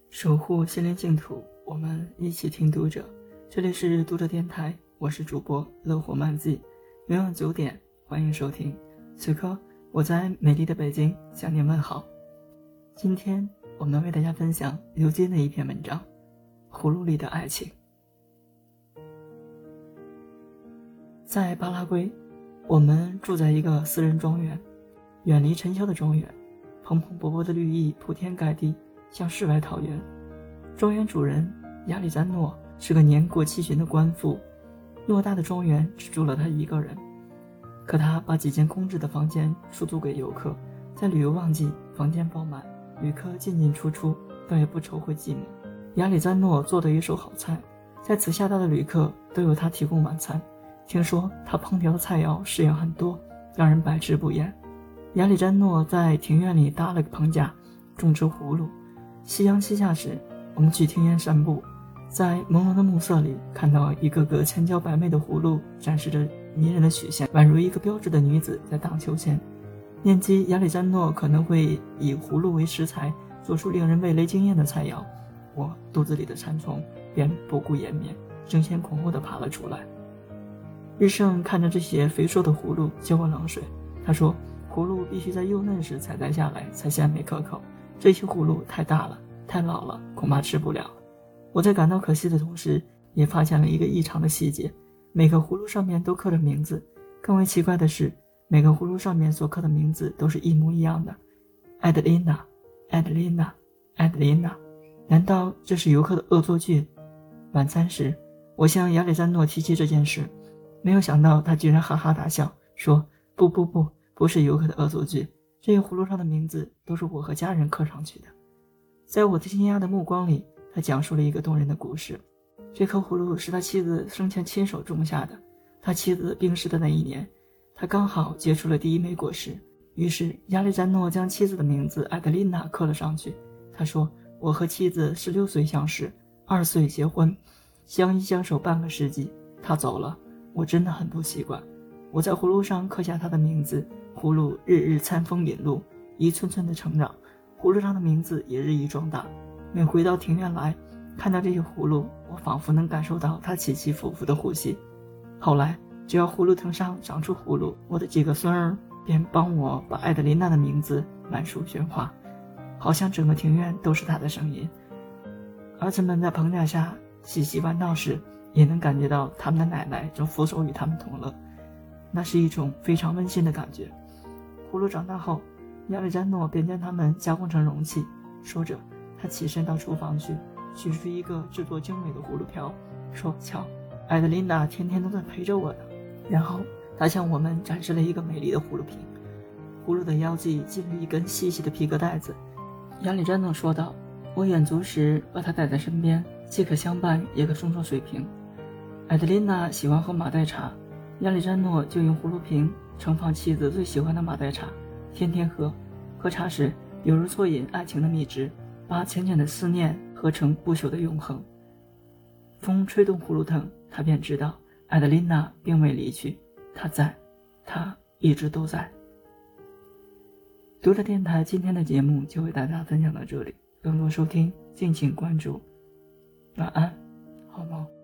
守护心灵净土，我们一起听读者。这里是读者电台，我是主播乐活漫记，每晚9点欢迎收听。此刻我在美丽的北京向您问好。今天我们为大家分享刘金的一篇文章《葫芦里的爱情》。在巴拉圭，我们住在一个私人庄园，远离尘嚣的庄园，蓬蓬勃勃的绿意铺天盖地，像世外桃源。庄园主人亚历山诺是个年过70的官妇，偌大的庄园只住了他一个人，可他把几间空置的房间出租给游客，在旅游旺季房间爆满，旅客进进出出，倒也不愁会寂寞。亚历山诺做的一手好菜，在此下到的旅客都由他提供晚餐。听说他烹调的菜肴式样很多，让人百吃不厌。亚历山诺在庭院里搭了个棚架，种植葫芦。夕阳西下时，我们去庭院散步，在朦胧的暮色里，看到一个个千娇百媚的葫芦展示着迷人的曲线，宛如一个标致的女子在荡秋千。念及亚历山诺可能会以葫芦为食材，做出令人味蕾惊艳的菜肴，我肚子里的馋虫便不顾颜面，争先恐后地爬了出来。日盛看着这些肥硕的葫芦浇我冷水，他说葫芦必须在幼嫩时采摘下来才鲜美可口，这些葫芦太大了，太老了，恐怕吃不了。我在感到可惜的同时，也发现了一个异常的细节，每个葫芦上面都刻着名字，更为奇怪的是，每个葫芦上面所刻的名字都是一模一样的，艾德琳娜，艾德琳娜，艾德琳娜。难道这是游客的恶作剧？晚餐时，我向亚历山诺提起这件事，没有想到他居然哈哈大笑，说不是游客的恶作剧，这些葫芦上的名字都是我和家人刻上去的。在我的惊讶的目光里，他讲述了一个动人的故事。这棵葫芦是他妻子生前亲手种下的，他妻子病逝的那一年，他刚好结出了第一枚果实，于是亚历山诺将妻子的名字艾德琳娜刻了上去。他说，我和妻子16岁相识，2岁结婚，相依相守半个世纪，他走了，我真的很不习惯。我在葫芦上刻下他的名字，葫芦日日餐风饮露，一寸寸的成长，葫芦上的名字也日益壮大。每回到庭院来，看到这些葫芦，我仿佛能感受到它起起伏伏的呼吸。后来只要葫芦藤上长出葫芦，我的几个孙儿便帮我把艾德琳娜的名字满树喧哗，好像整个庭院都是她的声音。儿子们在棚架下嬉戏玩闹时，也能感觉到他们的奶奶正俯首与他们同乐，那是一种非常温馨的感觉。葫芦长大后，亚历山诺便将它们加工成容器，说着他起身到厨房去，取出一个制作精美的葫芦瓢，说，瞧，艾德琳娜天天都在陪着我呢。然后他向我们展示了一个美丽的葫芦瓶，葫芦的腰际系了一根细细的皮革带子。亚历山诺说道，我远足时把它带在身边，既可相伴，也可冲冲水瓶。艾德琳娜喜欢喝马黛茶，亚历山诺就用葫芦瓶盛放妻子最喜欢的马黛茶，天天喝。喝茶时犹如啜饮爱情的蜜汁，把浅浅的思念合成不朽的永恒。风吹动葫芦藤，他便知道艾德琳娜并未离去，她在，她一直都在。读者电台今天的节目就为大家分享到这里，更多收听敬请关注。晚安，好梦。